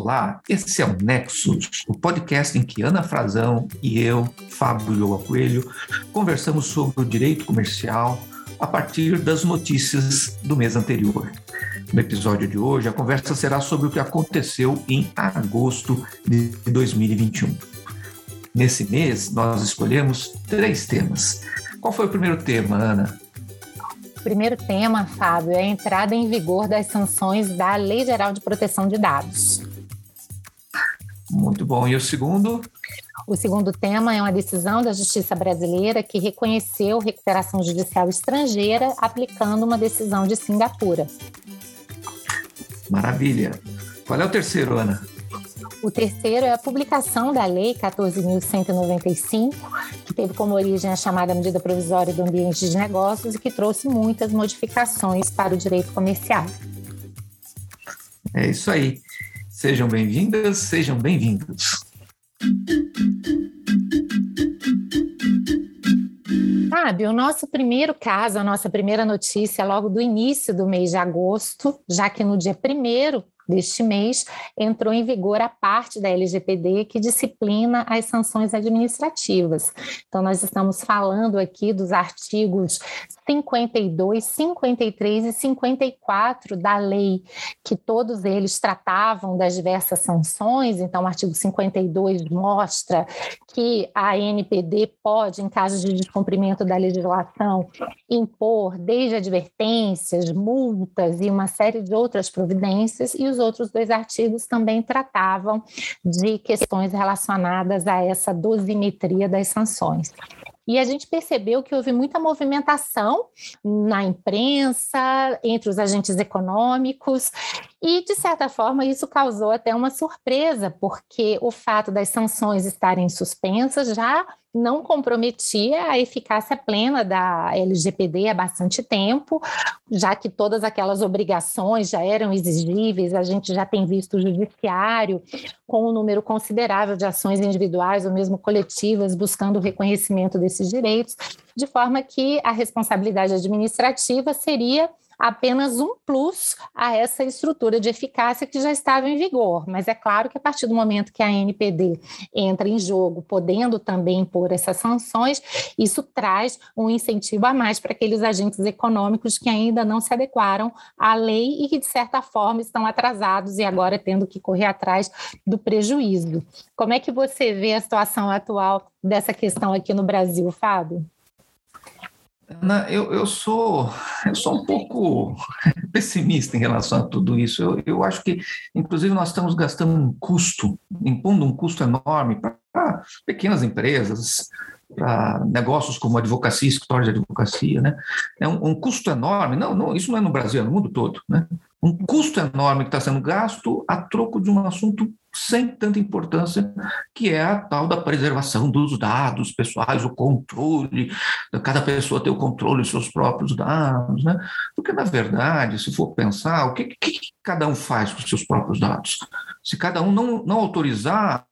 Olá, esse é o Nexus, o podcast em que Ana Frazão e eu, Fábio Lioa Coelho, conversamos sobre o direito comercial a partir das notícias do mês anterior. No episódio de hoje, a conversa será sobre o que aconteceu em agosto de 2021. Nesse mês, nós escolhemos 3 temas. Qual foi o primeiro tema, Ana? O primeiro tema, Fábio, é a entrada em vigor das sanções da Lei Geral de Proteção de Dados. Muito bom. E o segundo? O segundo tema é uma decisão da Justiça brasileira que reconheceu recuperação judicial estrangeira aplicando uma decisão de Singapura. Maravilha. Qual é o terceiro, Ana? O terceiro é a publicação da Lei 14.195, que teve como origem a chamada medida provisória do ambiente de negócios e que trouxe muitas modificações para o direito comercial. É isso aí. Sejam bem-vindas, sejam bem-vindos. Fábio, o nosso primeiro caso, a nossa primeira notícia, logo do início do mês de agosto, já que no dia 1º deste mês, entrou em vigor a parte da LGPD que disciplina as sanções administrativas. Então, nós estamos falando aqui dos artigos 52, 53 e 54 da lei, que todos eles tratavam das diversas sanções. Então, o artigo 52 mostra que a ANPD pode, em caso de descumprimento da legislação, impor desde advertências, multas e uma série de outras providências, e os outros 2 artigos também tratavam de questões relacionadas a essa dosimetria das sanções. E a gente percebeu que houve muita movimentação na imprensa, entre os agentes econômicos, e, de certa forma, isso causou até uma surpresa, porque o fato das sanções estarem suspensas já não comprometia a eficácia plena da LGPD há bastante tempo, já que todas aquelas obrigações já eram exigíveis. A gente já tem visto o judiciário com um número considerável de ações individuais ou mesmo coletivas buscando o reconhecimento desses direitos, de forma que a responsabilidade administrativa seria apenas um plus a essa estrutura de eficácia que já estava em vigor. Mas é claro que a partir do momento que a ANPD entra em jogo, podendo também impor essas sanções, isso traz um incentivo a mais para aqueles agentes econômicos que ainda não se adequaram à lei e que, de certa forma, estão atrasados e agora tendo que correr atrás do prejuízo. Como é que você vê a situação atual dessa questão aqui no Brasil, Fábio? Ana, eu sou um pouco pessimista em relação a tudo isso. Eu acho que, inclusive, nós estamos gastando impondo um custo enorme para pequenas empresas, para negócios como advocacia, escritório de advocacia, né? É um custo enorme, isso não é no Brasil, é no mundo todo, né? Um custo enorme que está sendo gasto a troco de um assunto sem tanta importância, que é a tal da preservação dos dados pessoais, o controle, cada pessoa ter o controle dos seus próprios dados, né? Porque, na verdade, se for pensar, o que cada um faz com os seus próprios dados? Se cada um não autorizar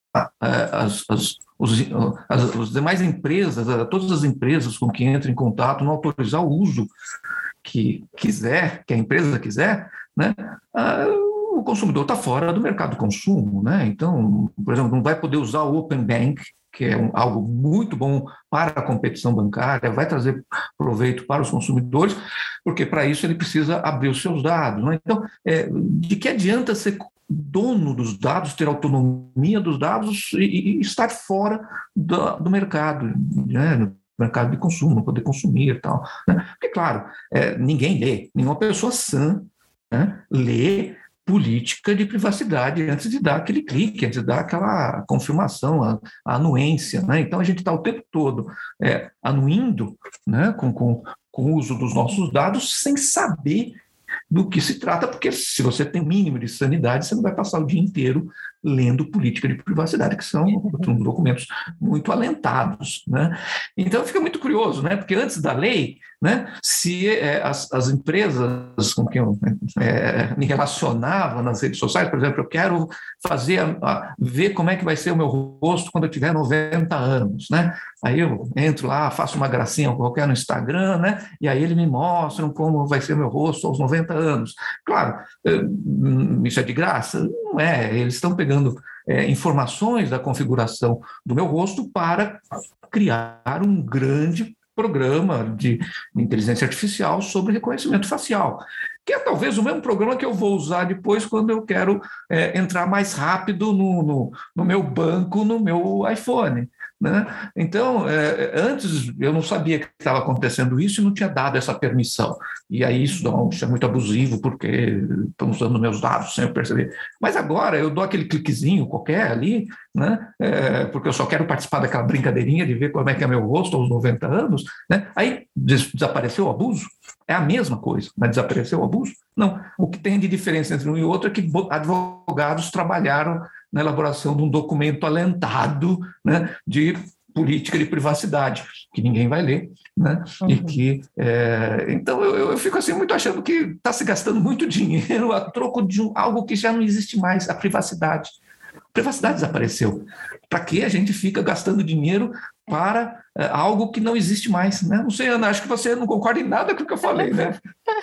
as demais empresas, todas as empresas com que entra em contato, não autorizar o uso que a empresa quiser, né? O consumidor está fora do mercado de consumo, né? Então, por exemplo, não vai poder usar o Open Bank, que é algo muito bom para a competição bancária, vai trazer proveito para os consumidores, porque para isso ele precisa abrir os seus dados, né? Então, de que adianta ser dono dos dados, ter autonomia dos dados e estar fora do mercado, né? No mercado de consumo, não poder consumir e tal, né? Porque, claro, ninguém lê, nenhuma pessoa sã, né, lê política de privacidade antes de dar aquele clique, antes de dar aquela confirmação, a anuência, né? Então, a gente está o tempo todo anuindo, né, com o uso dos nossos dados sem saber do que se trata, porque se você tem mínimo de sanidade, você não vai passar o dia inteiro lendo política de privacidade, que são documentos muito alentados, né? Então fica muito curioso, né? Porque antes da lei, né, se as empresas com quem eu me relacionava nas redes sociais, por exemplo, eu quero ver como é que vai ser o meu rosto quando eu tiver 90 anos, né? Aí eu entro lá, faço uma gracinha qualquer no Instagram, né? E aí eles me mostram como vai ser o meu rosto aos 90 anos. Claro, isso é de graça? Não é. Eles estão pegando informações da configuração do meu rosto para criar um grande programa de inteligência artificial sobre reconhecimento facial, que é talvez o mesmo programa que eu vou usar depois quando eu quero entrar mais rápido no meu banco, no meu iPhone, né? Então, antes eu não sabia que estava acontecendo isso e não tinha dado essa permissão. E aí isso é muito abusivo, porque estão usando meus dados sem eu perceber. Mas agora eu dou aquele cliquezinho qualquer ali, né? Porque eu só quero participar daquela brincadeirinha de ver como é que é meu rosto aos 90 anos, né? Aí desapareceu o abuso? É a mesma coisa, mas desapareceu o abuso? Não. O que tem de diferença entre um e outro é que advogados trabalharam na elaboração de um documento alentado, né, de política de privacidade, que ninguém vai ler, né? E que então eu fico assim muito achando que está se gastando muito dinheiro a troco de algo que já não existe mais, a privacidade. A privacidade desapareceu. Para que a gente fica gastando dinheiro para algo que não existe mais, né? Não sei, Ana, acho que você não concorda em nada com o que eu falei, né?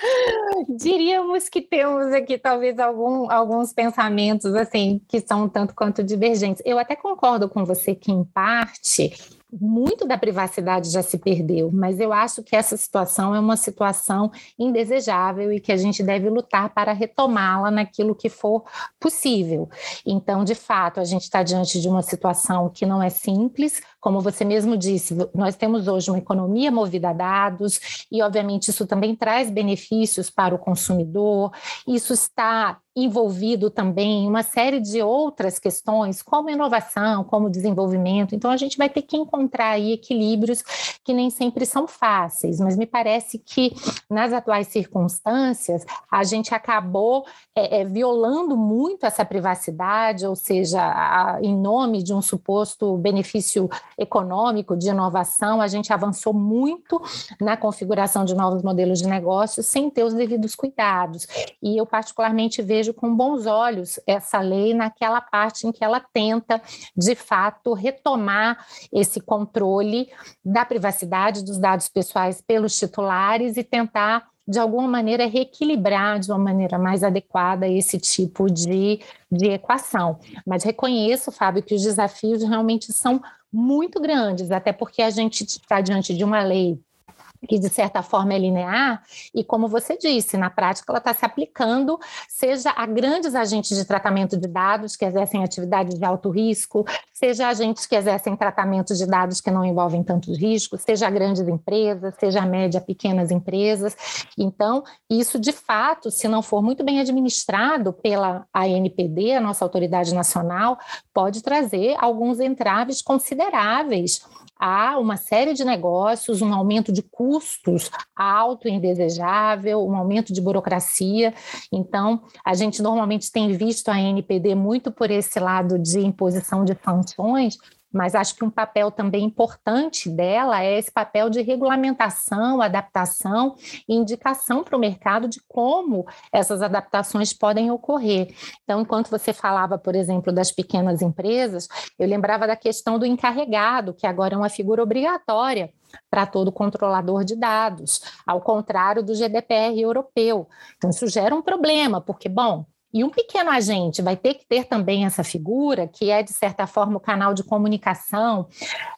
Diríamos que temos aqui talvez alguns pensamentos assim que são um tanto quanto divergentes. Eu até concordo com você que, em parte, muito da privacidade já se perdeu, mas eu acho que essa situação é uma situação indesejável e que a gente deve lutar para retomá-la naquilo que for possível. Então, de fato, a gente está diante de uma situação que não é simples, como você mesmo disse, nós temos hoje uma economia movida a dados e, obviamente, isso também traz benefícios para o consumidor, isso está envolvido também em uma série de outras questões, como inovação, como desenvolvimento. Então, a gente vai ter que encontrar aí equilíbrios que nem sempre são fáceis, mas me parece que, nas atuais circunstâncias, a gente acabou violando muito essa privacidade, ou seja, em nome de um suposto benefício econômico, de inovação, a gente avançou muito na configuração de novos modelos de negócios sem ter os devidos cuidados. E eu, particularmente, vejo com bons olhos essa lei naquela parte em que ela tenta, de fato, retomar esse controle da privacidade dos dados pessoais pelos titulares e tentar, de alguma maneira, reequilibrar de uma maneira mais adequada esse tipo de equação. Mas reconheço, Fábio, que os desafios realmente são muito grandes, até porque a gente está diante de uma lei que, de certa forma, é linear, e, como você disse, na prática ela está se aplicando, seja a grandes agentes de tratamento de dados que exercem atividades de alto risco, seja agentes que exercem tratamento de dados que não envolvem tantos riscos, seja grandes empresas, seja média, pequenas empresas. Então, isso, de fato, se não for muito bem administrado pela ANPD, a nossa autoridade nacional, pode trazer alguns entraves consideráveis há uma série de negócios, um aumento de custos alto e indesejável, um aumento de burocracia. Então, a gente normalmente tem visto a ANPD muito por esse lado de imposição de sanções, mas acho que um papel também importante dela é esse papel de regulamentação, adaptação e indicação para o mercado de como essas adaptações podem ocorrer. Então, enquanto você falava, por exemplo, das pequenas empresas, eu lembrava da questão do encarregado, que agora é uma figura obrigatória para todo controlador de dados, ao contrário do GDPR europeu. Então, isso gera um problema, porque, bom, e um pequeno agente vai ter que ter também essa figura, que é, de certa forma, o canal de comunicação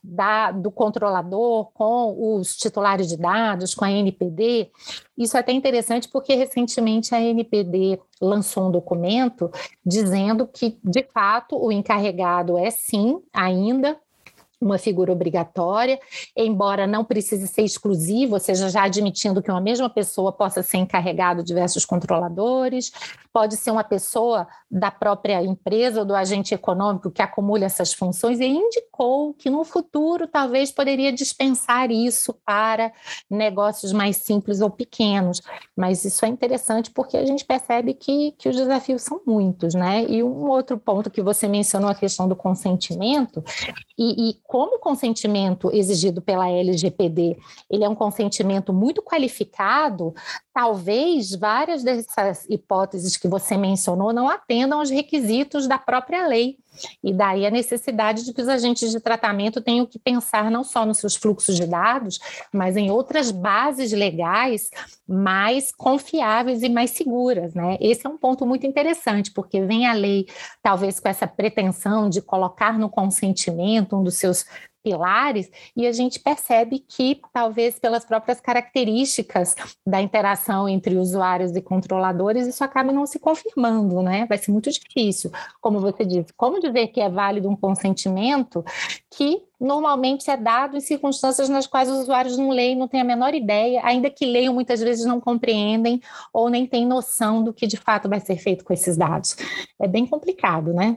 do controlador com os titulares de dados, com a ANPD. Isso é até interessante porque, recentemente, a ANPD lançou um documento dizendo que, de fato, o encarregado é, sim, ainda uma figura obrigatória, embora não precise ser exclusivo, ou seja, já admitindo que uma mesma pessoa possa ser encarregado de diversos controladores, pode ser uma pessoa da própria empresa ou do agente econômico que acumula essas funções, e indicou que no futuro talvez poderia dispensar isso para negócios mais simples ou pequenos, mas isso é interessante porque a gente percebe que os desafios são muitos, né? E um outro ponto que você mencionou, a questão do consentimento, e como o consentimento exigido pela LGPD, ele é um consentimento muito qualificado, talvez várias dessas hipóteses que você mencionou não atendam aos requisitos da própria lei. E daí a necessidade de que os agentes de tratamento tenham que pensar não só nos seus fluxos de dados, mas em outras bases legais mais confiáveis e mais seguras, né? Esse é um ponto muito interessante, porque vem a lei talvez com essa pretensão de colocar no consentimento um dos seus pilares, e a gente percebe que, talvez pelas próprias características da interação entre usuários e controladores, isso acaba não se confirmando, né? Vai ser muito difícil, como você disse, como dizer que é válido um consentimento que normalmente é dado em circunstâncias nas quais os usuários não leem, não têm a menor ideia, ainda que leiam, muitas vezes não compreendem ou nem têm noção do que de fato vai ser feito com esses dados. É bem complicado, né?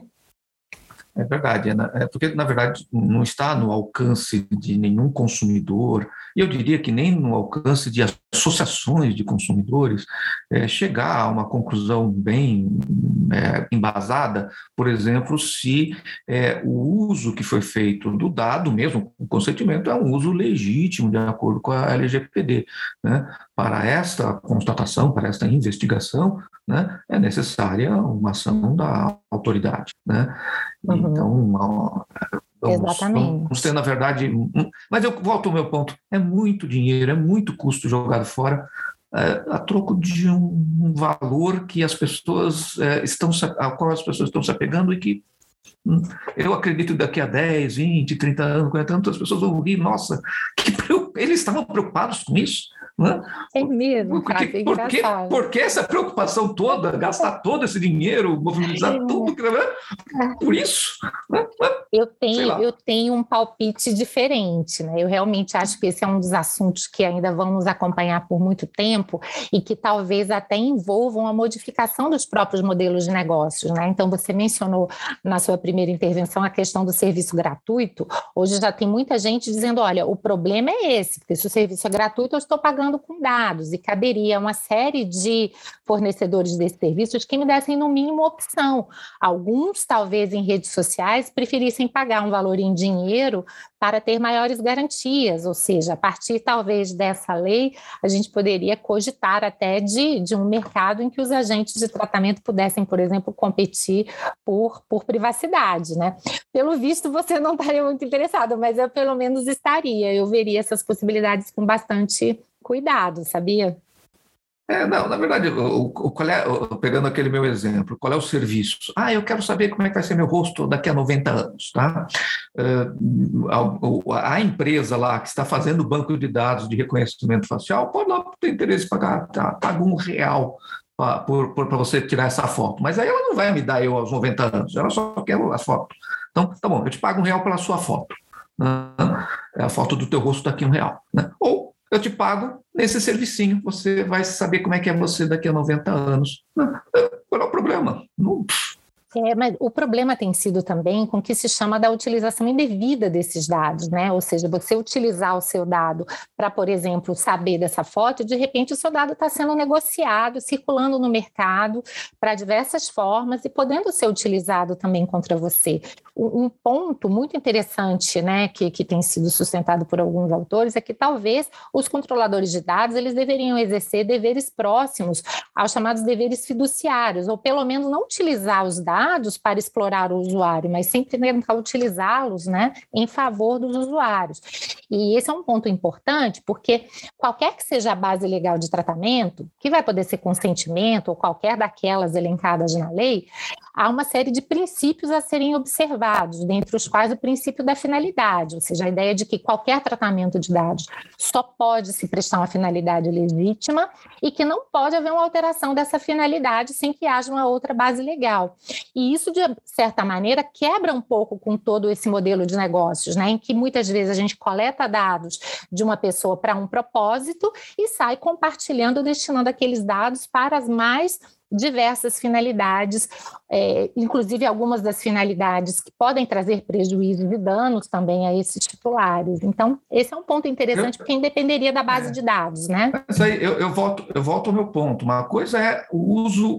É verdade, Ana. Porque, na verdade, não está no alcance de nenhum consumidor, e eu diria que nem no alcance de associações de consumidores, chegar a uma conclusão bem embasada, por exemplo, se o uso que foi feito do dado, mesmo o consentimento, é um uso legítimo, de acordo com a LGPD, né? Para esta constatação, para esta investigação, né, é necessária uma ação da autoridade, né? Então, vamos ter, na verdade... Mas eu volto ao meu ponto, é muito dinheiro, é muito custo jogado fora, a troco de um valor que as pessoas ao qual as pessoas estão se apegando e que eu acredito que daqui a 10, 20, 30 anos, 40 anos, as pessoas vão rir, nossa, eles estavam preocupados com isso. Né? É mesmo, cara, é engraçado. Por que essa preocupação toda, gastar todo esse dinheiro, mobilizar tudo, por isso? Eu tenho um palpite diferente, né? Eu realmente acho que esse é um dos assuntos que ainda vão nos acompanhar por muito tempo e que talvez até envolvam a modificação dos próprios modelos de negócios, né? Então, você mencionou na sua primeira intervenção a questão do serviço gratuito. Hoje já tem muita gente dizendo, olha, o problema é esse, porque se o serviço é gratuito, eu estou pagando com dados, e caberia uma série de fornecedores desses serviços que me dessem, no mínimo, opção. Alguns, talvez, em redes sociais, preferissem pagar um valor em dinheiro para ter maiores garantias, ou seja, a partir, talvez, dessa lei, a gente poderia cogitar até de um mercado em que os agentes de tratamento pudessem, por exemplo, competir por privacidade, né? Pelo visto, você não estaria muito interessado, mas eu, pelo menos, estaria. Eu veria essas possibilidades com bastante cuidado, sabia? Não, na verdade, pegando aquele meu exemplo, qual é o serviço? Eu quero saber como é que vai ser meu rosto daqui a 90 anos, tá? A empresa lá que está fazendo o banco de dados de reconhecimento facial pode lá ter interesse em pagar, paga R$1 para você tirar essa foto, mas aí ela não vai me dar eu aos 90 anos, ela só quer a foto. Então, tá bom, eu te pago R$1 pela sua foto, né? É a foto do teu rosto daqui R$1, né? Ou eu te pago nesse servicinho, você vai saber como é que é você daqui a 90 anos. Qual é o problema? Não. Mas o problema tem sido também com o que se chama da utilização indevida desses dados, né? Ou seja, você utilizar o seu dado para, por exemplo, saber dessa foto, e de repente o seu dado está sendo negociado, circulando no mercado para diversas formas e podendo ser utilizado também contra você. Um ponto muito interessante, né, que tem sido sustentado por alguns autores, é que talvez os controladores de dados eles deveriam exercer deveres próximos aos chamados deveres fiduciários, ou pelo menos não utilizar os dados para explorar o usuário, mas sempre tentar utilizá-los, né, em favor dos usuários. E esse é um ponto importante, porque qualquer que seja a base legal de tratamento, que vai poder ser consentimento ou qualquer daquelas elencadas na lei, há uma série de princípios a serem observados, dentre os quais o princípio da finalidade, ou seja, a ideia de que qualquer tratamento de dados só pode se prestar uma finalidade legítima e que não pode haver uma alteração dessa finalidade sem que haja uma outra base legal. E isso, de certa maneira, quebra um pouco com todo esse modelo de negócios, né, em que muitas vezes a gente coleta dados de uma pessoa para um propósito e sai compartilhando, destinando aqueles dados para as mais diversas finalidades, inclusive algumas das finalidades que podem trazer prejuízos e danos também a esses titulares. Então, esse é um ponto interessante, porque independeria da base de dados, né? Mas aí eu volto ao meu ponto. Uma coisa é o uso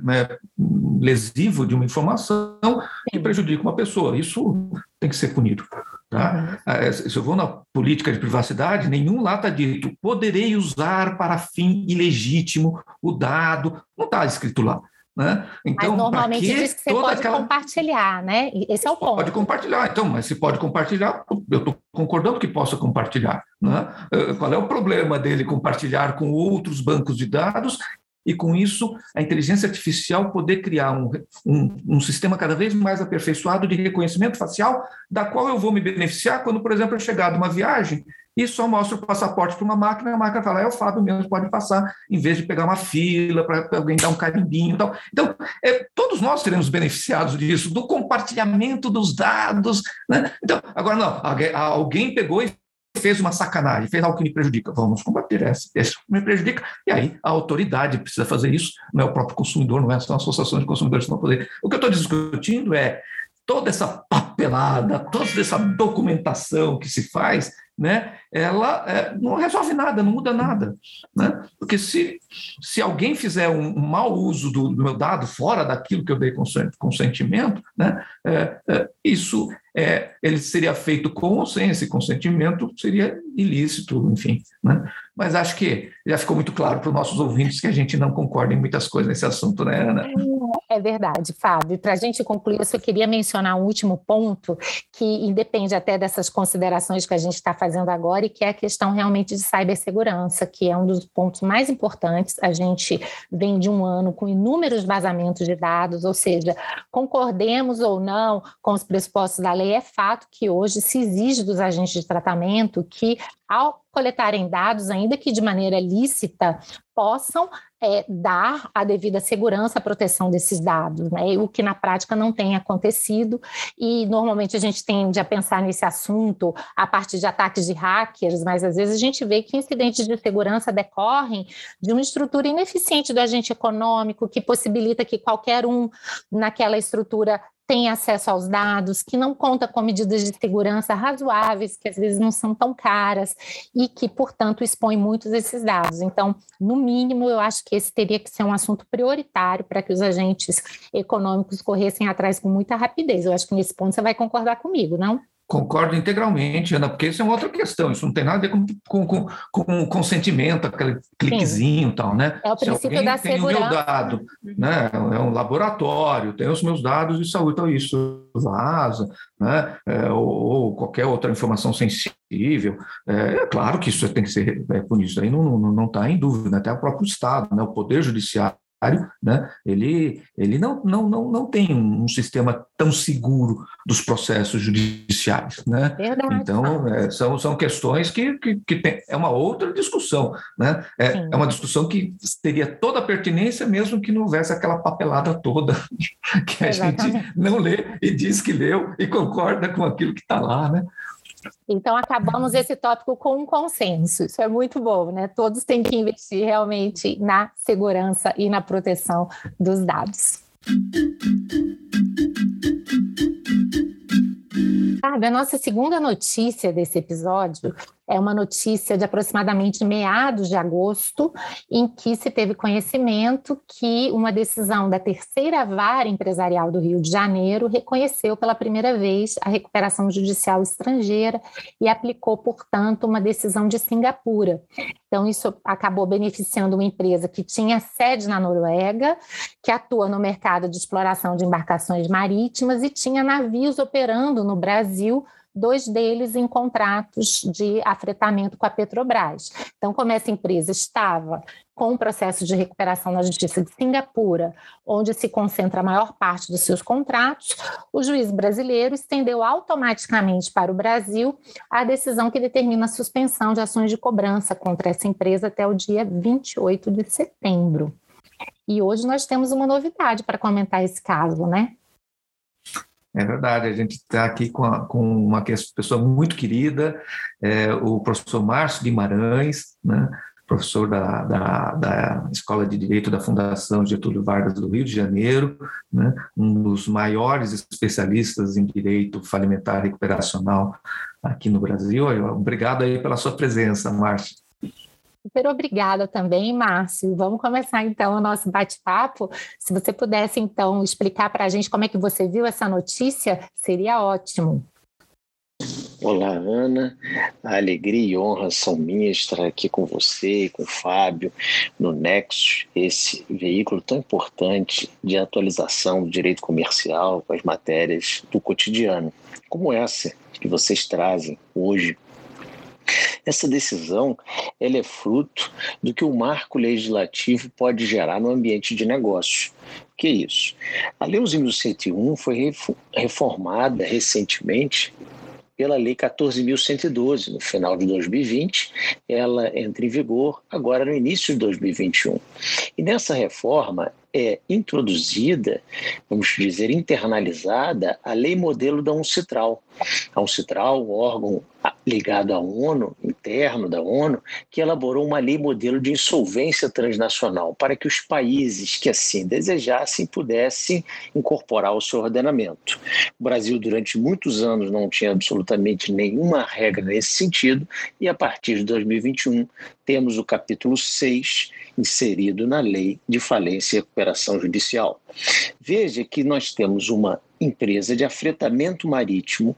lesivo de uma informação que prejudica uma pessoa. Isso tem que ser punido. Tá? Se eu vou na política de privacidade, nenhum lá está dito, poderei usar para fim ilegítimo o dado, não está escrito lá. Né? Então, mas normalmente diz que você pode compartilhar, né? Esse é o ponto. Pode compartilhar, então, mas se pode compartilhar, eu estou concordando que possa compartilhar. Né? Qual é o problema dele compartilhar com outros bancos de dados e, com isso, a inteligência artificial poder criar um sistema cada vez mais aperfeiçoado de reconhecimento facial, da qual eu vou me beneficiar quando, por exemplo, eu chegar de uma viagem e só mostro o passaporte para uma máquina, e a máquina fala, é o Fábio mesmo, pode passar, em vez de pegar uma fila para alguém dar um carimbinho e tal. Então, todos nós seremos beneficiados disso, do compartilhamento dos dados. Né? Então, agora não, alguém pegou e fez uma sacanagem, fez algo que me prejudica, vamos combater esse que me prejudica, e aí a autoridade precisa fazer isso, não é o próprio consumidor, não é só a associação de consumidores que vão fazer. O que eu estou discutindo é toda essa papelada, toda essa documentação que se faz, né, ela não resolve nada, não muda nada. Né? Porque se alguém fizer um mau uso do meu dado fora daquilo que eu dei consentimento, né, isso ele seria feito com ou sem esse consentimento, seria ilícito, enfim. Né? Mas acho que já ficou muito claro para os nossos ouvintes que a gente não concorda em muitas coisas nesse assunto, né, Ana? É verdade, Fábio. Para a gente concluir, eu só queria mencionar um último ponto que independe até dessas considerações que a gente está fazendo agora e que é a questão realmente de cibersegurança, que é um dos pontos mais importantes. A gente vem de um ano com inúmeros vazamentos de dados, ou seja, concordemos ou não com os pressupostos da lei, é fato que hoje se exige dos agentes de tratamento que, ao coletarem dados, ainda que de maneira lícita, possam dar a devida segurança à proteção desses dados, né? O que na prática não tem acontecido, e normalmente a gente tende a pensar nesse assunto a partir de ataques de hackers, mas às vezes a gente vê que incidentes de segurança decorrem de uma estrutura ineficiente do agente econômico, que possibilita que qualquer um naquela estrutura tem acesso aos dados, que não conta com medidas de segurança razoáveis, que às vezes não são tão caras e que, portanto, expõe muitos desses dados. Então, no mínimo, eu acho que esse teria que ser um assunto prioritário para que os agentes econômicos corressem atrás com muita rapidez. Eu acho que nesse ponto você vai concordar comigo, não? Concordo integralmente, Ana, porque isso é uma outra questão, isso não tem nada a ver com consentimento, aquele cliquezinho e tal, né? É o princípio da segurança. Se alguém tem o meu dado, né? É um laboratório, tem os meus dados de saúde, então isso vaza, né? Ou qualquer outra informação sensível. É claro que isso tem que ser punido, isso aí não está em dúvida, até o próprio Estado, né? O Poder Judiciário, né? Ele não tem um sistema tão seguro dos processos judiciais. Né? Verdade. Então, são questões que tem, é uma outra discussão. Né? É uma discussão que teria toda a pertinência, mesmo que não houvesse aquela papelada toda que a gente não lê e diz que leu e concorda com aquilo que está lá. Né? Então, acabamos esse tópico com um consenso. Isso é muito bom, né? Todos têm que investir realmente na segurança e na proteção dos dados. A nossa segunda notícia desse episódio é uma notícia de aproximadamente meados de agosto, em que se teve conhecimento que uma decisão da terceira vara empresarial do Rio de Janeiro reconheceu pela primeira vez a recuperação judicial estrangeira e aplicou, portanto, uma decisão de Singapura. Então, isso acabou beneficiando uma empresa que tinha sede na Noruega, que atua no mercado de exploração de embarcações marítimas e tinha navios operando no Brasil 2 deles em contratos de afretamento com a Petrobras. Então, como essa empresa estava com um processo de recuperação na Justiça de Singapura, onde se concentra a maior parte dos seus contratos, o juiz brasileiro estendeu automaticamente para o Brasil a decisão que determina a suspensão de ações de cobrança contra essa empresa até o dia 28 de setembro. E hoje nós temos uma novidade para comentar esse caso, né? É verdade, a gente está aqui com uma pessoa muito querida, o professor Márcio Guimarães, né? Professor da Escola de Direito da Fundação Getúlio Vargas do Rio de Janeiro, né? Um dos maiores especialistas em direito falimentar recuperacional aqui no Brasil. Obrigado aí pela sua presença, Márcio. Super obrigada também, Márcio. Vamos começar então o nosso bate-papo. Se você pudesse então explicar para a gente como é que você viu essa notícia, seria ótimo. Olá, Ana. A alegria e honra são minhas estar aqui com você e com o Fábio no Nexus, esse veículo tão importante de atualização do direito comercial com as matérias do cotidiano, como essa que vocês trazem hoje. Essa decisão ela é fruto do que o marco legislativo pode gerar no ambiente de negócios. O que é isso? A Lei 11.101 foi reformada recentemente pela Lei 14.112, no final de 2020, ela entra em vigor agora no início de 2021. E nessa reforma é introduzida, vamos dizer, internalizada, a lei modelo da UNCITRAL. A UNCITRAL, um órgão ligado à ONU, interno da ONU, que elaborou uma lei modelo de insolvência transnacional para que os países que assim desejassem pudessem incorporar ao seu ordenamento. O Brasil, durante muitos anos, não tinha absolutamente nenhuma regra nesse sentido e, a partir de 2021, temos o capítulo 6 inserido na Lei de Falência e Recuperação Judicial. Veja que nós temos uma empresa de afretamento marítimo,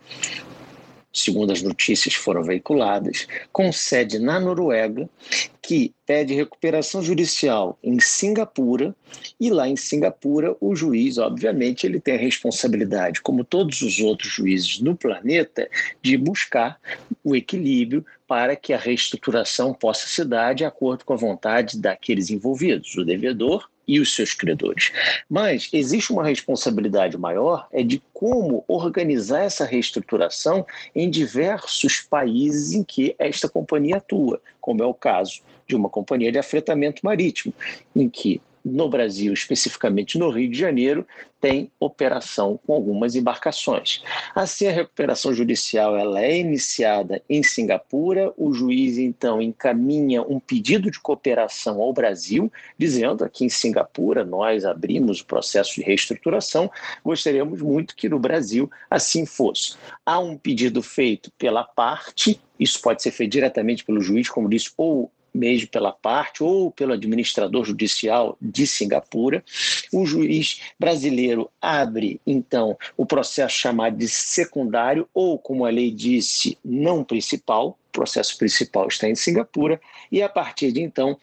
segundo as notícias que foram veiculadas, com sede na Noruega, que pede recuperação judicial em Singapura, e lá em Singapura o juiz, obviamente, ele tem a responsabilidade, como todos os outros juízes no planeta, de buscar o equilíbrio para que a reestruturação possa se dar de acordo com a vontade daqueles envolvidos, o devedor e os seus credores. Mas existe uma responsabilidade maior, é de como organizar essa reestruturação em diversos países em que esta companhia atua, como é o caso de uma companhia de afretamento marítimo, em que no Brasil, especificamente no Rio de Janeiro, tem operação com algumas embarcações. Assim, a recuperação judicial ela é iniciada em Singapura, o juiz, então, encaminha um pedido de cooperação ao Brasil, dizendo aqui em Singapura nós abrimos o processo de reestruturação, gostaríamos muito que no Brasil assim fosse. Há um pedido feito pela parte, isso pode ser feito diretamente pelo juiz, como disse, ou mesmo pela parte ou pelo administrador judicial de Singapura. O juiz brasileiro abre, então, o processo chamado de secundário ou, como a lei disse, não principal. O processo principal está em Singapura e, a partir de então,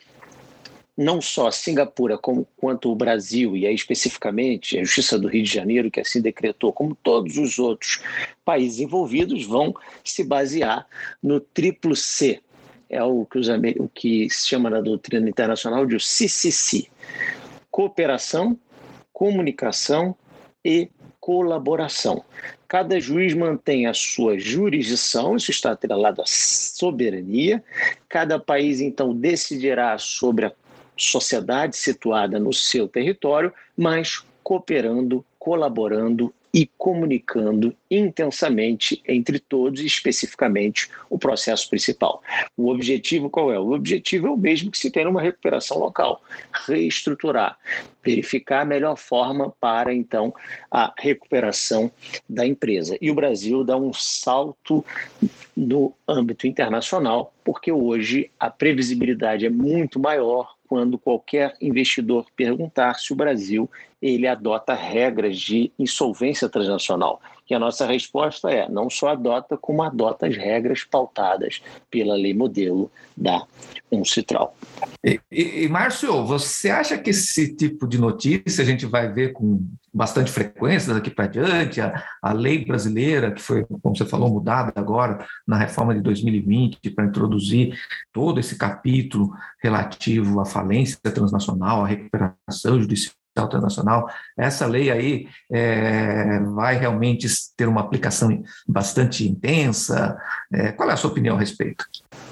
não só Singapura quanto o Brasil, e aí especificamente a Justiça do Rio de Janeiro, que assim decretou, como todos os outros países envolvidos, vão se basear no triplo C. É o que se chama na doutrina internacional de CCC: cooperação, comunicação e colaboração. Cada juiz mantém a sua jurisdição, isso está atrelado à soberania. Cada país, então, decidirá sobre a sociedade situada no seu território, mas cooperando, colaborando e comunicando intensamente entre todos, e especificamente o processo principal. O objetivo qual é? O objetivo é o mesmo que se tem numa recuperação local: reestruturar, verificar a melhor forma para, então, a recuperação da empresa. E o Brasil dá um salto no âmbito internacional, porque hoje a previsibilidade é muito maior quando qualquer investidor perguntar se o Brasil ele adota regras de insolvência transnacional, que a nossa resposta é: não só adota, como adota as regras pautadas pela lei modelo da UNCITRAL. Márcio, você acha que esse tipo de notícia a gente vai ver com bastante frequência daqui para diante? A lei brasileira, que foi, como você falou, mudada agora na reforma de 2020 para introduzir todo esse capítulo relativo à falência transnacional, à recuperação judicial transnacional, essa lei aí vai realmente ter uma aplicação bastante intensa? Qual é a sua opinião a respeito?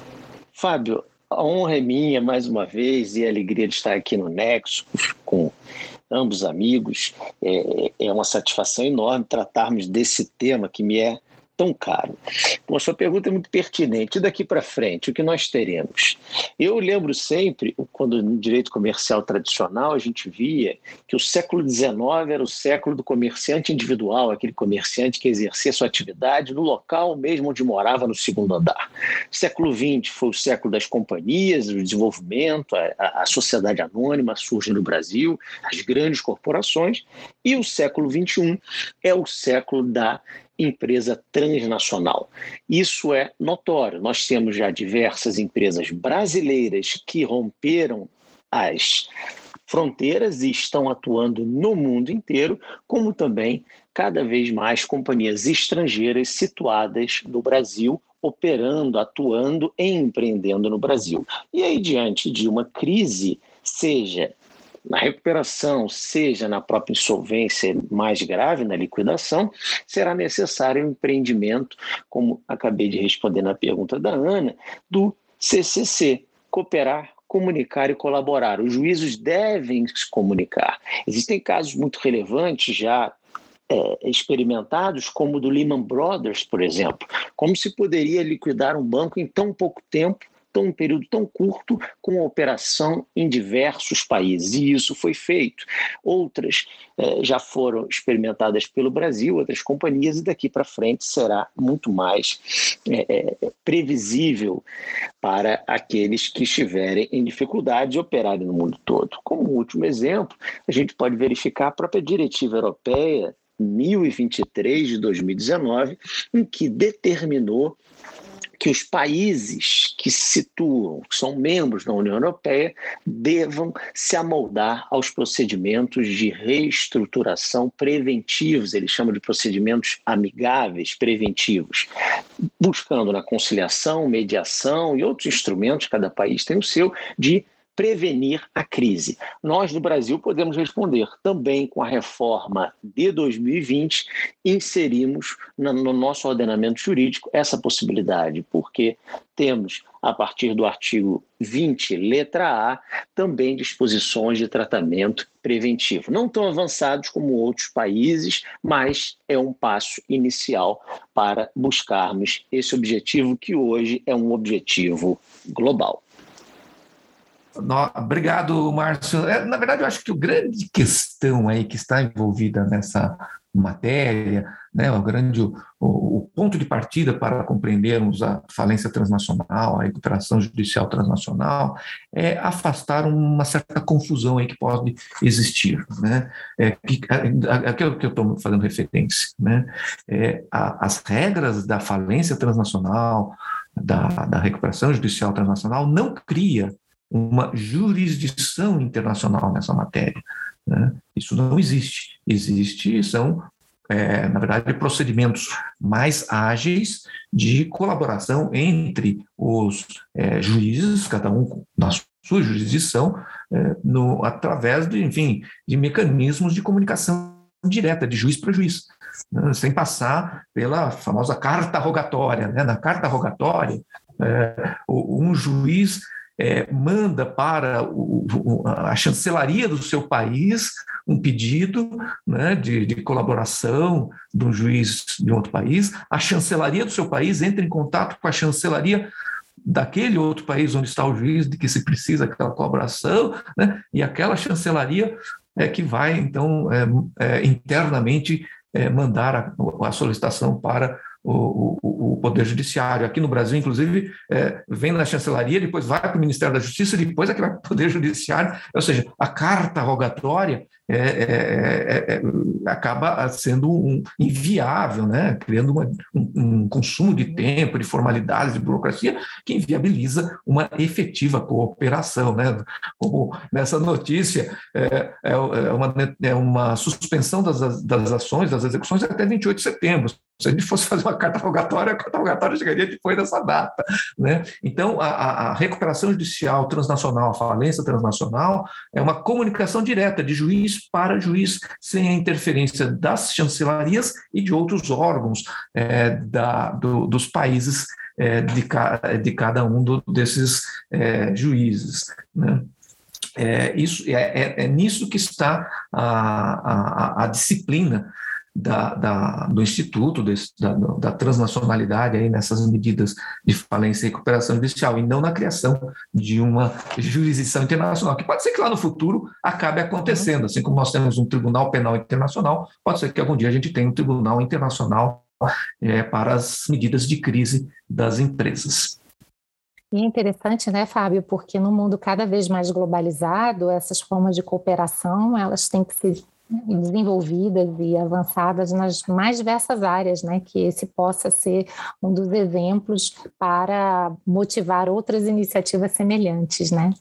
Fábio, a honra é minha mais uma vez e a alegria de estar aqui no Nexo com ambos amigos. É uma satisfação enorme tratarmos desse tema que me é tão caro. Bom, a sua pergunta é muito pertinente. E daqui para frente, o que nós teremos? Eu lembro sempre, quando no direito comercial tradicional, a gente via que o século XIX era o século do comerciante individual, aquele comerciante que exercia sua atividade no local mesmo onde morava, no segundo andar. O século XX foi o século das companhias, do desenvolvimento, a sociedade anônima surge no Brasil, as grandes corporações, e o século XXI é o século da empresa transnacional. Isso é notório. Nós temos já diversas empresas brasileiras que romperam as fronteiras e estão atuando no mundo inteiro, como também cada vez mais companhias estrangeiras situadas no Brasil, operando, atuando e empreendendo no Brasil. E aí, diante de uma crise, seja na recuperação, seja na própria insolvência mais grave, na liquidação, será necessário um empreendimento, como acabei de responder na pergunta da Ana, do CCC, cooperar, comunicar e colaborar. Os juízos devem se comunicar. Existem casos muito relevantes já experimentados, como o do Lehman Brothers, por exemplo. Como se poderia liquidar um banco em tão pouco tempo, um período tão curto, com a operação em diversos países, e isso foi feito. Outras já foram experimentadas pelo Brasil, outras companhias, e daqui para frente será muito mais previsível para aqueles que estiverem em dificuldade de operarem no mundo todo. Como último exemplo, a gente pode verificar a própria Diretiva Europeia 1023 de 2019, em que determinou que os países que se situam, que são membros da União Europeia, devam se amoldar aos procedimentos de reestruturação preventivos, eles chamam de procedimentos amigáveis preventivos, buscando na conciliação, mediação e outros instrumentos, cada país tem o seu, de prevenir a crise. Nós, no Brasil, podemos responder também com a reforma de 2020, inserimos no nosso ordenamento jurídico essa possibilidade, porque temos, a partir do artigo 20, letra A, também disposições de tratamento preventivo. Não tão avançados como outros países, mas é um passo inicial para buscarmos esse objetivo, que hoje é um objetivo global. Obrigado, Márcio. Na verdade, eu acho que a grande questão aí que está envolvida nessa matéria, né, o ponto de partida para compreendermos a falência transnacional, a recuperação judicial transnacional, é afastar uma certa confusão aí que pode existir, né? Aquilo que eu estou fazendo referência, né? As regras da falência transnacional, da recuperação judicial transnacional, não cria uma jurisdição internacional nessa matéria, né? Isso não existe. São, na verdade, procedimentos mais ágeis de colaboração entre os juízes, cada um na sua jurisdição, através de mecanismos de comunicação direta, de juiz para juiz, né? Sem passar pela famosa carta rogatória, né? Na carta rogatória, um juiz manda para a chancelaria do seu país um pedido, né, de colaboração de um juiz de outro país. A chancelaria do seu país entra em contato com a chancelaria daquele outro país onde está o juiz, de que se precisa aquela colaboração, né, e aquela chancelaria é que vai, então, internamente mandar a solicitação para o Poder Judiciário. Aqui no Brasil, inclusive, vem na chancelaria, depois vai para o Ministério da Justiça, depois é que vai para o Poder Judiciário, ou seja, a carta rogatória acaba sendo inviável, né? Criando um consumo de tempo, de formalidades, de burocracia, que inviabiliza uma efetiva cooperação, né? Como nessa notícia, é uma suspensão das ações, das execuções até 28 de setembro. Se a gente fosse fazer uma carta rogatória, a carta rogatória chegaria depois dessa data, né? Então, a recuperação judicial transnacional, a falência transnacional, é uma comunicação direta de juiz para juiz, sem a interferência das chancelarias e de outros órgãos dos países de cada um desses juízes, né? Nisso que está a disciplina do Instituto, da transnacionalidade aí nessas medidas de falência e recuperação judicial, e não na criação de uma jurisdição internacional, que pode ser que lá no futuro acabe acontecendo, assim como nós temos um Tribunal Penal Internacional, pode ser que algum dia a gente tenha um Tribunal Internacional para as medidas de crise das empresas. E é interessante, né, Fábio, porque no mundo cada vez mais globalizado, essas formas de cooperação, elas têm que ser desenvolvidas e avançadas nas mais diversas áreas, né, que esse possa ser um dos exemplos para motivar outras iniciativas semelhantes, né?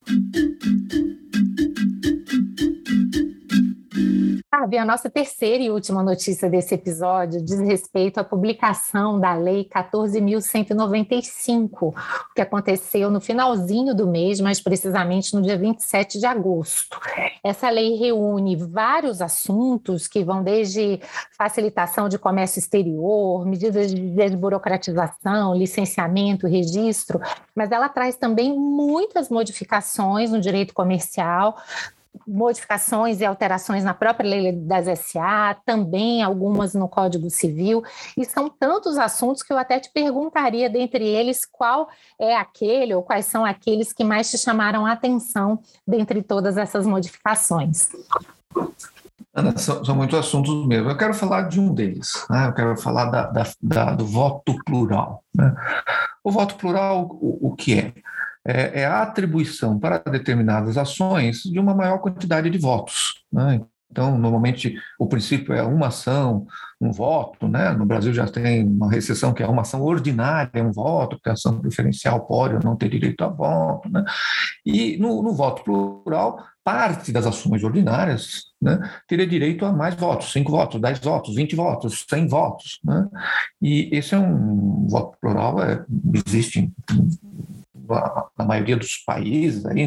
Sabe, a nossa terceira e última notícia desse episódio diz respeito à publicação da Lei 14.195, que aconteceu no finalzinho do mês, mais precisamente no dia 27 de agosto. Essa lei reúne vários assuntos que vão desde facilitação de comércio exterior, medidas de desburocratização, licenciamento, registro, mas ela traz também muitas modificações no direito comercial, modificações e alterações na própria lei das SA, também algumas no Código Civil, e são tantos assuntos que eu até te perguntaria, dentre eles, qual é aquele ou quais são aqueles que mais te chamaram a atenção dentre todas essas modificações. Ana, são muitos assuntos mesmo. Eu quero falar de um deles, né? Eu quero falar do voto plural, né? O voto plural, o que é? É a atribuição para determinadas ações de uma maior quantidade de votos, né? Então, normalmente, o princípio é uma ação, um voto, né? No Brasil já tem uma exceção que é uma ação ordinária, um voto, porque a ação preferencial pode ou não ter direito a voto, né? E no voto plural, parte das ações ordinárias, né, teria direito a mais votos, 5 votos, 10 votos, 20 votos, 100 votos, né? E esse é um voto plural, existe na maioria dos países, aí,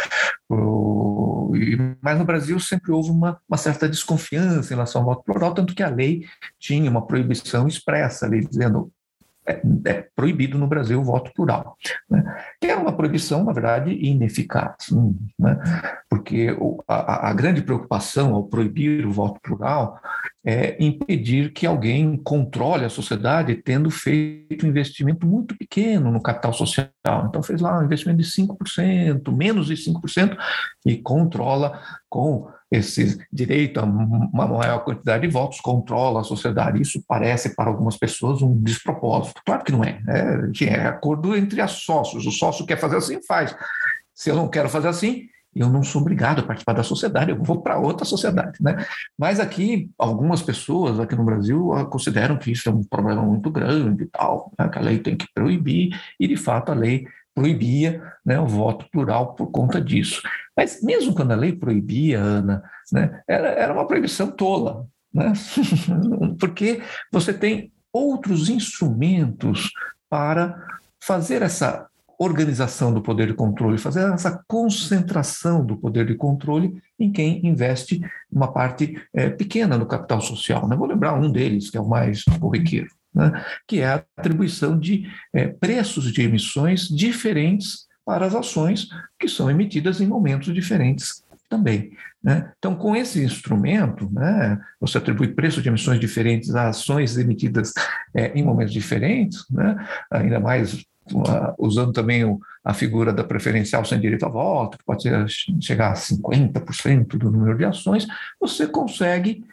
mas no Brasil sempre houve uma certa desconfiança em relação ao voto plural, tanto que a lei tinha uma proibição expressa ali, dizendo é proibido no Brasil o voto plural, né? Que é uma proibição, na verdade, ineficaz, né? Porque a grande preocupação ao proibir o voto plural é impedir que alguém controle a sociedade tendo feito um investimento muito pequeno no capital social. Então fez lá um investimento de 5%, menos de 5%, e controla com esse direito a uma maior quantidade de votos, controla a sociedade. Isso parece para algumas pessoas um despropósito. Claro que não é. É acordo entre as sócios. O sócio quer fazer assim, faz. Se eu não quero fazer assim, eu não sou obrigado a participar da sociedade, eu vou para outra sociedade, né? Mas aqui, algumas pessoas aqui no Brasil consideram que isso é um problema muito grande e tal, né? Que a lei tem que proibir, e de fato a lei proibia, né, o voto plural por conta disso. Mas mesmo quando a lei proibia, Ana, né, era uma proibição tola, né? Porque você tem outros instrumentos para fazer essa organização do poder de controle, fazer essa concentração do poder de controle em quem investe uma parte pequena no capital social, né? Vou lembrar um deles, que é o mais corriqueiro, né? Que é a atribuição de preços de emissões diferentes para as ações que são emitidas em momentos diferentes também, né? Então, com esse instrumento, né, você atribui preços de emissões diferentes a ações emitidas em momentos diferentes, né? Ainda mais usando também a figura da preferencial sem direito a voto, que pode chegar a 50% do número de ações, você consegue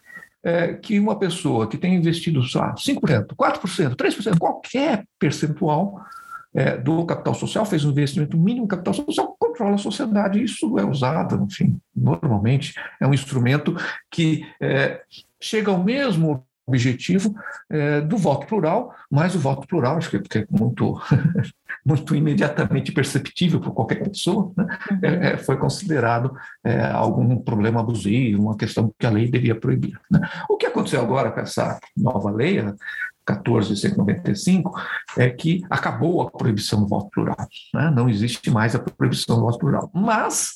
que uma pessoa que tem investido só 5%, 4%, 3%, qualquer percentual do capital social, fez um investimento mínimo em capital social, controla a sociedade. Isso é usado, enfim, normalmente é um instrumento que chega ao mesmo objetivo do voto plural, mas o voto plural, acho que é muito, muito imediatamente perceptível por qualquer pessoa, né? Foi considerado algum problema abusivo, uma questão que a lei devia proibir, né? O que aconteceu agora com essa nova lei, 14.195, é que acabou a proibição do voto plural, né? Não existe mais a proibição do voto plural. Mas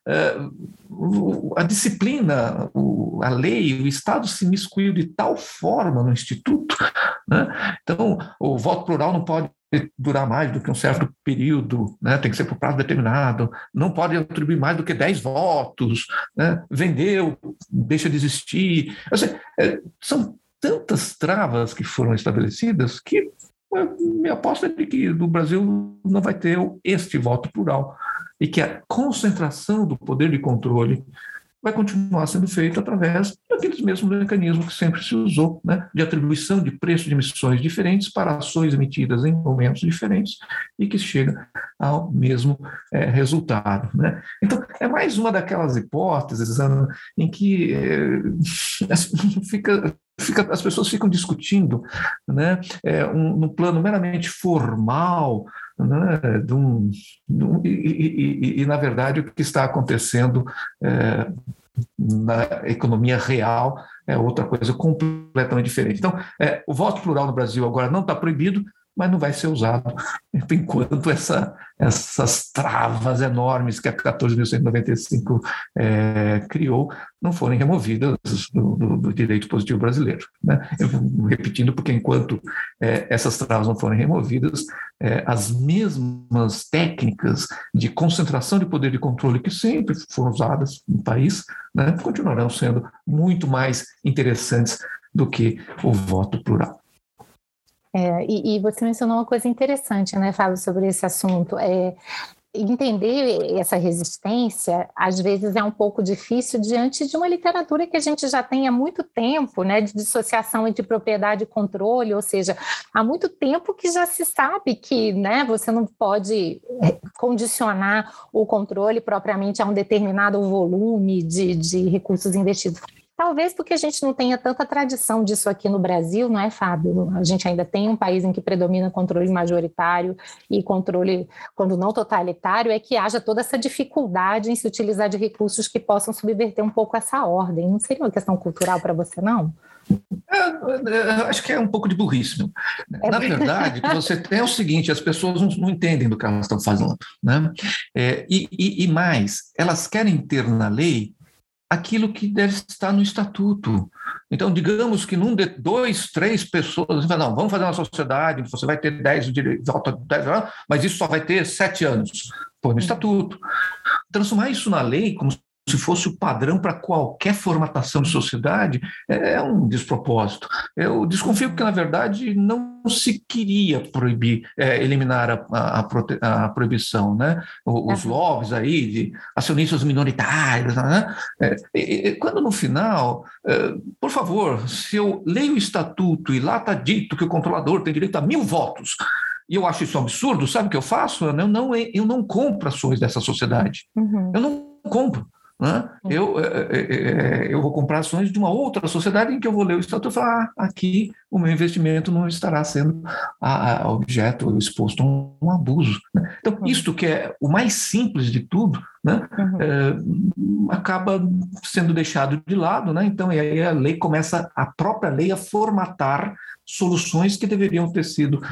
a disciplina, a lei, o Estado se imiscuiu de tal forma no Instituto, né? Então, o voto plural não pode durar mais do que um certo período, né? Tem que ser por prazo determinado, não pode atribuir mais do que 10 votos, né? Vendeu, deixa de existir. São tantas travas que foram estabelecidas que minha aposta é de que no Brasil não vai ter este voto plural e que a concentração do poder de controle vai continuar sendo feita através daqueles mesmos mecanismos que sempre se usou, né, de atribuição de preço de emissões diferentes para ações emitidas em momentos diferentes e que chega ao mesmo resultado, né? Então, é mais uma daquelas hipóteses, Ana, em que as pessoas ficam discutindo, né, num plano meramente formal, né, e, na verdade, o que está acontecendo na economia real é outra coisa completamente diferente. Então, o voto plural no Brasil agora não está proibido, mas não vai ser usado enquanto essas travas enormes que a 14.195 criou não forem removidas do direito positivo brasileiro, né? Eu vou repetindo, porque enquanto essas travas não forem removidas, as mesmas técnicas de concentração de poder de controle que sempre foram usadas no país, né, continuarão sendo muito mais interessantes do que o voto plural. E você mencionou uma coisa interessante, né, Fábio, sobre esse assunto. Entender essa resistência, às vezes, é um pouco difícil diante de uma literatura que a gente já tem há muito tempo, né, de dissociação entre propriedade e controle, ou seja, há muito tempo que já se sabe que, né, você não pode condicionar o controle propriamente a um determinado volume de recursos investidos. Talvez porque a gente não tenha tanta tradição disso aqui no Brasil, não é, Fábio? A gente ainda tem um país em que predomina controle majoritário e controle, quando não totalitário, é que haja toda essa dificuldade em se utilizar de recursos que possam subverter um pouco essa ordem. Não seria uma questão cultural para você, não? Acho que é um pouco de burrice. Na verdade, o que você tem é o seguinte: as pessoas não entendem do que elas estão fazendo, né? E mais, elas querem ter na lei aquilo que deve estar no estatuto. Então, digamos que num de 2, 3 pessoas, não, vamos fazer uma sociedade, você vai ter 10 direitos, mas isso só vai ter 7 anos. Põe no estatuto. Transformar isso na lei, como se fosse o padrão para qualquer formatação de sociedade, é um despropósito. Eu desconfio porque, na verdade, não se queria proibir, eliminar a proibição, né? Os lobbies aí de acionistas minoritários, né? Quando no final, por favor, se eu leio o estatuto e lá está dito que o controlador tem direito a 1.000 votos, e eu acho isso um absurdo, sabe o que eu faço? Eu não compro ações dessa sociedade. Eu não compro. Né? Eu vou comprar ações de uma outra sociedade em que eu vou ler o estatuto e falar, aqui o meu investimento não estará sendo objeto, exposto a um abuso. Né? Então, isto que é o mais simples de tudo, né, acaba sendo deixado de lado, né? Então, e aí a lei começa, a própria lei, a formatar soluções que deveriam ter sido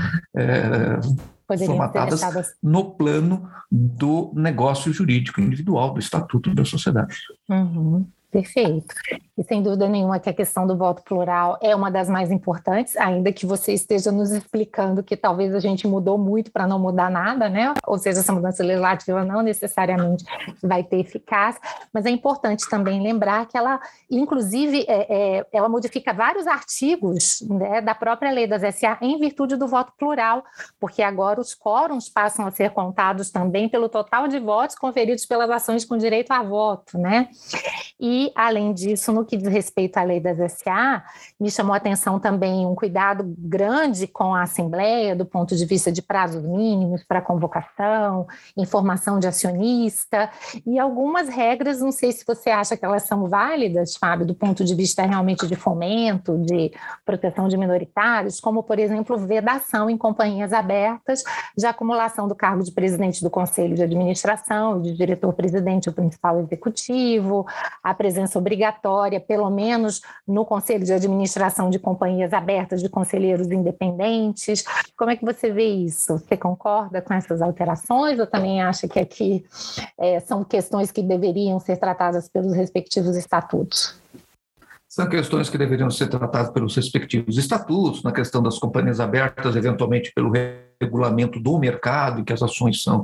formatadas no plano do negócio jurídico individual, do estatuto da sociedade. Perfeito. E sem dúvida nenhuma que a questão do voto plural é uma das mais importantes, ainda que você esteja nos explicando que talvez a gente mudou muito para não mudar nada, né? Ou seja, essa mudança legislativa não necessariamente vai ter eficácia, mas é importante também lembrar que ela, inclusive, ela modifica vários artigos, né, da própria lei das SA em virtude do voto plural, porque agora os quórums passam a ser contados também pelo total de votos conferidos pelas ações com direito a voto, né? E, além disso, no que diz respeito à lei das SA, me chamou a atenção também um cuidado grande com a Assembleia, do ponto de vista de prazos mínimos para convocação, informação de acionista, e algumas regras, não sei se você acha que elas são válidas, Fábio, do ponto de vista realmente de fomento, de proteção de minoritários, como, por exemplo, vedação em companhias abertas de acumulação do cargo de presidente do Conselho de Administração, de diretor-presidente ou principal executivo, a presença obrigatória, pelo menos no Conselho de Administração de companhias abertas, de conselheiros independentes. Como é que você vê isso? Você concorda com essas alterações ou também acha que aqui são questões que deveriam ser tratadas pelos respectivos estatutos? São questões que deveriam ser tratadas pelos respectivos estatutos, na questão das companhias abertas, eventualmente pelo regulamento do mercado, em que as ações são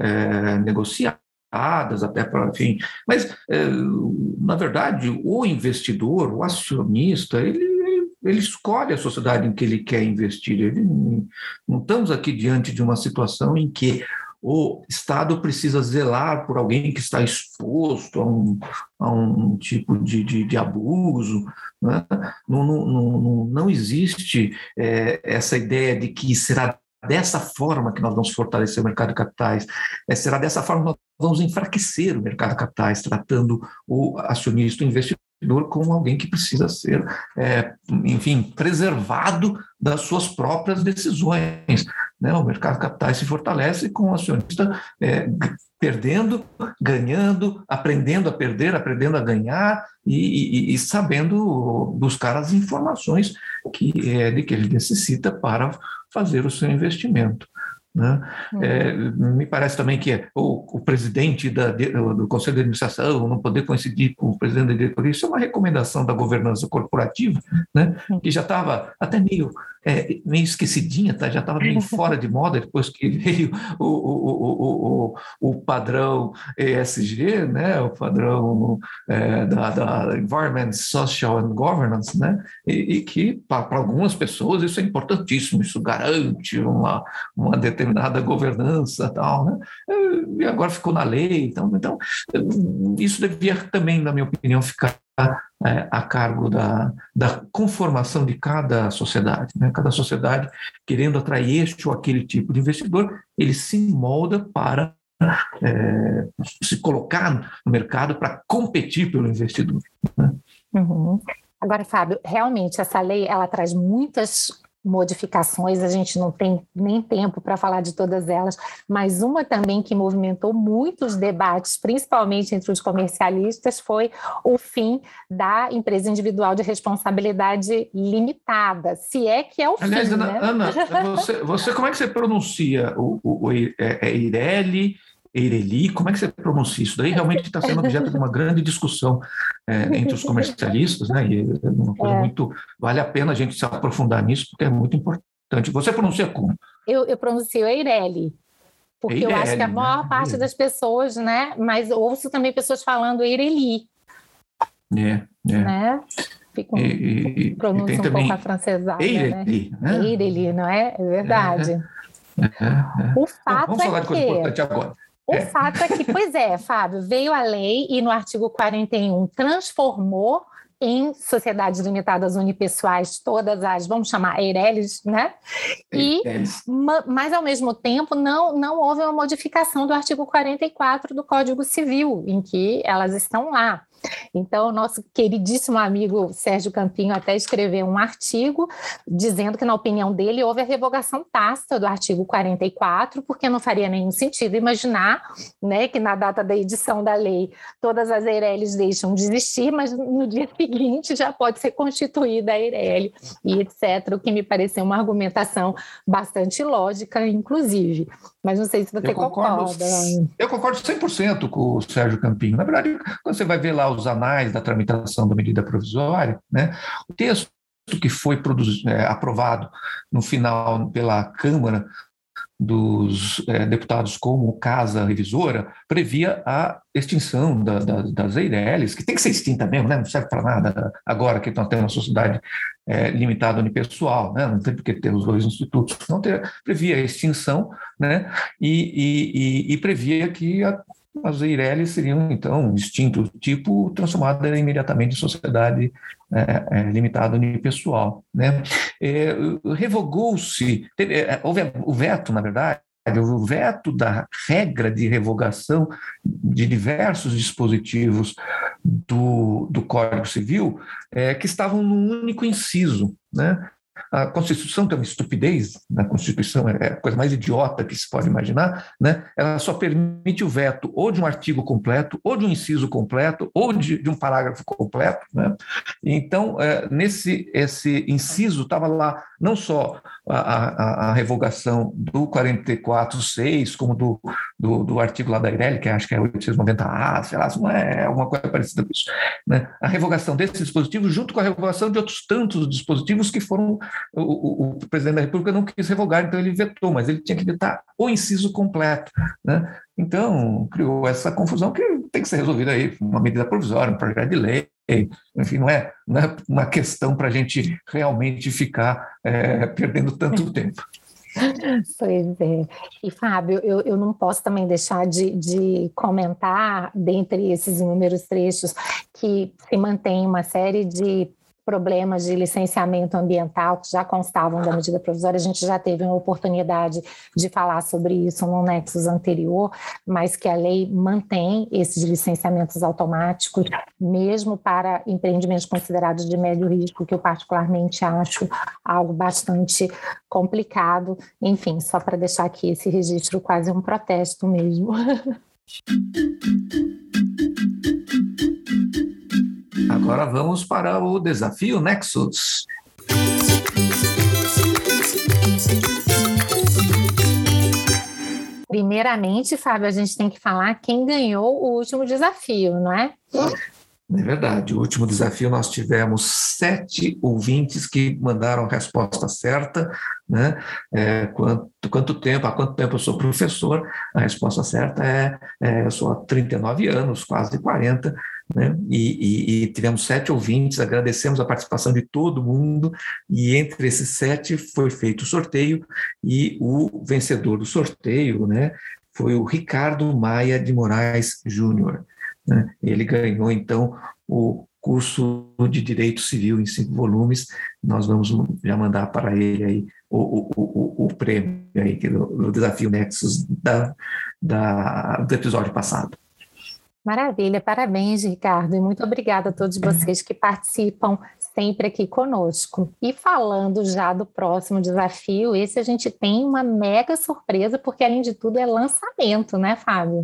negociadas, até para, enfim. Mas, na verdade, o investidor, o acionista, ele escolhe a sociedade em que ele quer investir. Não estamos aqui diante de uma situação em que o Estado precisa zelar por alguém que está exposto a um tipo de abuso, né? Não existe essa ideia de que será dessa forma que nós vamos fortalecer o mercado de capitais, será dessa forma que nós vamos enfraquecer o mercado de capitais, tratando o acionista, o investidor, como alguém que precisa ser, enfim, preservado das suas próprias decisões, né? O mercado de capitais se fortalece com o acionista perdendo, ganhando, aprendendo a perder, aprendendo a ganhar e sabendo buscar as informações de que ele necessita para fazer o seu investimento, né? Me parece também que o presidente do Conselho de Administração não poder coincidir com o presidente da diretoria, isso é uma recomendação da governança corporativa, né? Que já estava até meio esquecidinha, tá? Já estava meio fora de moda depois que veio o padrão ESG, né? O padrão da Environment, Social and Governance, né? E que para algumas pessoas isso é importantíssimo, isso garante uma determinada governança, tal, né? E agora ficou na lei, então isso devia também, na minha opinião, ficar a cargo da conformação de cada sociedade, né? Cada sociedade, querendo atrair este ou aquele tipo de investidor, ele se molda para se colocar no mercado para competir pelo investidor, né? Uhum. Agora, Fábio, realmente essa lei ela traz muitas modificações, a gente não tem nem tempo para falar de todas elas, mas uma também que movimentou muitos debates, principalmente entre os comercialistas, foi o fim da empresa individual de responsabilidade limitada, se é que é o Aliás, fim, Ana, você como é que você pronuncia o Eireli, como é que você pronuncia isso? Daí realmente está sendo objeto de uma grande discussão entre os comercialistas, né? E é uma coisa muito... Vale a pena a gente se aprofundar nisso, porque é muito importante. Você pronuncia como? Eu pronuncio Eireli, porque Eireli, eu acho que a maior parte das pessoas, né? Mas ouço também pessoas falando Eireli. Né? Pronúncia um pouco afrancesada, Eireli, né? Eireli, não é? É verdade. O fato vamos falar de coisa importante agora. O fato é que, pois é, Fábio, veio a lei e no artigo 41 transformou em sociedades limitadas unipessoais todas as, vamos chamar, Eireles, né? Mas, ao mesmo tempo, não houve uma modificação do artigo 44 do Código Civil, em que elas estão lá. Então, nosso queridíssimo amigo Sérgio Campinho até escreveu um artigo dizendo que, na opinião dele, houve a revogação tácita do artigo 44, porque não faria nenhum sentido imaginar, né, que na data da edição da lei todas as Eireles deixam de existir, mas no dia seguinte já pode ser constituída a Eireli e etc., o que me pareceu uma argumentação bastante lógica, inclusive. Mas não sei se você concorda. Eu concordo 100% com o Sérgio Campinho. Na verdade, quando você vai ver lá os anais da tramitação da medida provisória, né, o texto que foi aprovado no final pela Câmara dos deputados como Casa Revisora previa a extinção das Eireles, que tem que ser extinta mesmo, né? Não serve para nada agora que nós temos uma sociedade limitada unipessoal, né? Não tem por que ter os dois institutos. Não previa a extinção, né? E previa que as Eireli seriam, então, extinto tipo, transformada imediatamente em sociedade limitada unipessoal, né? Revogou-se, houve o veto, na verdade, o veto da regra de revogação de diversos dispositivos do Código Civil que estavam num único inciso, né? A Constituição tem uma estupidez, a Constituição é a coisa mais idiota que se pode imaginar, né? Ela só permite o veto ou de um artigo completo, ou de um inciso completo, ou de um parágrafo completo, né? Então, esse inciso estava lá não só a revogação do 44.6, como do artigo lá da Eireli, que acho que é 890A, sei lá, não é alguma coisa parecida com isso, né? A revogação desse dispositivo junto com a revogação de outros tantos dispositivos que foram o presidente da República não quis revogar, então ele vetou, mas ele tinha que vetar o inciso completo, né? Então, criou essa confusão que tem que ser resolvida aí, uma medida provisória, um projeto de lei, enfim, não é uma questão para a gente realmente ficar perdendo tanto tempo. Pois é. E, Fábio, eu não posso também deixar de comentar, dentre esses inúmeros trechos, que se mantém uma série de problemas de licenciamento ambiental que já constavam da medida provisória. A gente já teve uma oportunidade de falar sobre isso no Nexus anterior, mas que a lei mantém esses licenciamentos automáticos, mesmo para empreendimentos considerados de médio risco, que eu particularmente acho algo bastante complicado. Enfim, só para deixar aqui esse registro, quase um protesto mesmo. Agora vamos para o desafio Nexus. Primeiramente, Fábio, a gente tem que falar quem ganhou o último desafio, não é? É verdade, o último desafio nós tivemos 7 ouvintes que mandaram a resposta certa, né? Há quanto tempo eu sou professor? A resposta certa eu sou há 39 anos, quase 40, né? E tivemos 7 ouvintes, agradecemos a participação de todo mundo, e entre esses 7 foi feito o sorteio, e o vencedor do sorteio, né, foi o Ricardo Maia de Moraes Júnior. Ele ganhou, então, o curso de Direito Civil em 5 volumes. Nós vamos já mandar para ele aí o prêmio aí, do Desafio Nexus do episódio passado. Maravilha, parabéns, Ricardo, e muito obrigada a todos vocês que participam sempre aqui conosco. E falando já do próximo desafio, esse a gente tem uma mega surpresa, porque além de tudo é lançamento, né, Fábio?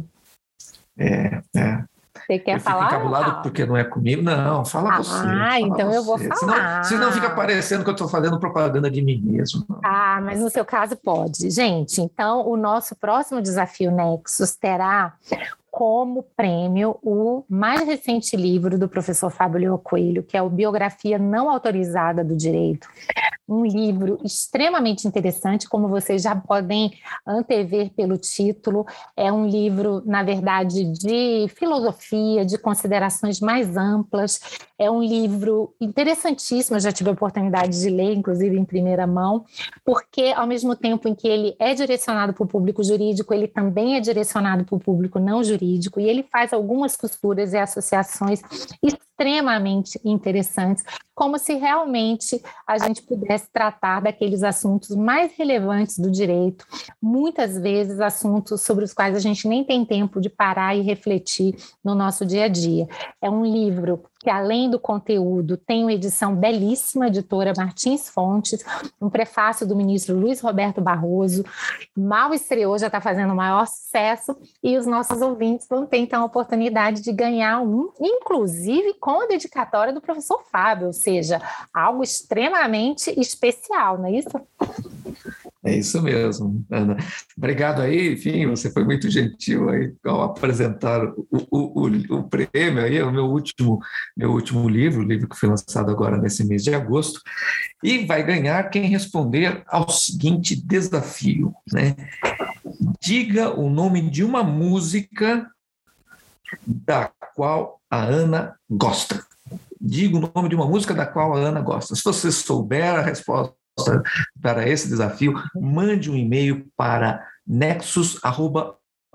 Você quer falar? Eu fico encabulado porque não é comigo. Não, fala você. Então eu vou falar. Senão fica parecendo que eu estou fazendo propaganda de mim mesmo. Mas no seu caso pode. Gente, então o nosso próximo desafio Nexus terá como prêmio o mais recente livro do professor Fábio Leão Coelho, que é o Biografia Não Autorizada do Direito. Um livro extremamente interessante, como vocês já podem antever pelo título. É um livro, na verdade, de filosofia, de considerações mais amplas. É um livro interessantíssimo, eu já tive a oportunidade de ler, inclusive em primeira mão, porque ao mesmo tempo em que ele é direcionado para o público jurídico, ele também é direcionado para o público não jurídico, e ele faz algumas costuras e associações extremamente interessantes, como se realmente a gente pudesse tratar daqueles assuntos mais relevantes do direito, muitas vezes assuntos sobre os quais a gente nem tem tempo de parar e refletir no nosso dia a dia. É um livro que, além do conteúdo, tem uma edição belíssima, editora Martins Fontes, um prefácio do ministro Luiz Roberto Barroso, mal estreou, já está fazendo o maior sucesso, e os nossos ouvintes vão ter, então, a oportunidade de ganhar um, inclusive com a dedicatória do professor Fábio, ou seja, algo extremamente especial, não é isso? É isso mesmo, Ana. Obrigado aí, enfim, você foi muito gentil aí ao apresentar o prêmio aí, é o meu último livro, o livro que foi lançado agora nesse mês de agosto, e vai ganhar quem responder ao seguinte desafio, né? Diga o nome de uma música da qual a Ana gosta. Diga o nome de uma música da qual a Ana gosta. Se você souber a resposta para esse desafio, mande um e-mail para nexus@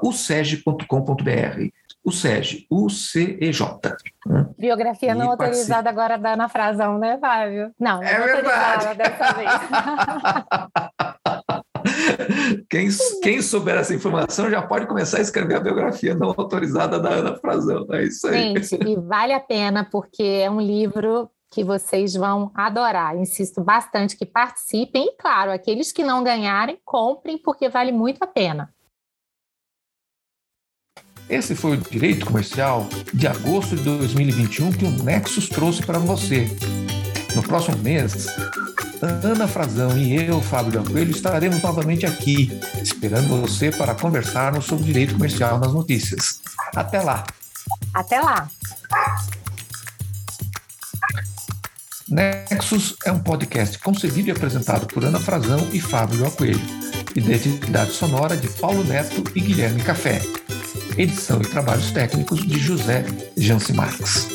uceg.com.br. O SEG, U-C-E-J. Biografia não autorizada agora da Ana Frazão, né, Fábio? Não, é verdade. Dessa vez. Quem souber essa informação já pode começar a escrever a biografia não autorizada da Ana Frazão. É isso aí. Gente, e vale a pena, porque é um livro que vocês vão adorar. Insisto bastante que participem e, claro, aqueles que não ganharem, comprem, porque vale muito a pena. Esse foi o Direito Comercial de agosto de 2021 que o Nexus trouxe para você. No próximo mês, Ana Frazão e eu, Fábio Del Coelho, estaremos novamente aqui, esperando você para conversarmos sobre direito comercial nas notícias. Até lá! Até lá! Nexus é um podcast concebido e apresentado por Ana Frazão e Fábio Del Coelho, identidade sonora de Paulo Neto e Guilherme Café. Edição e trabalhos técnicos de José Janci Marques.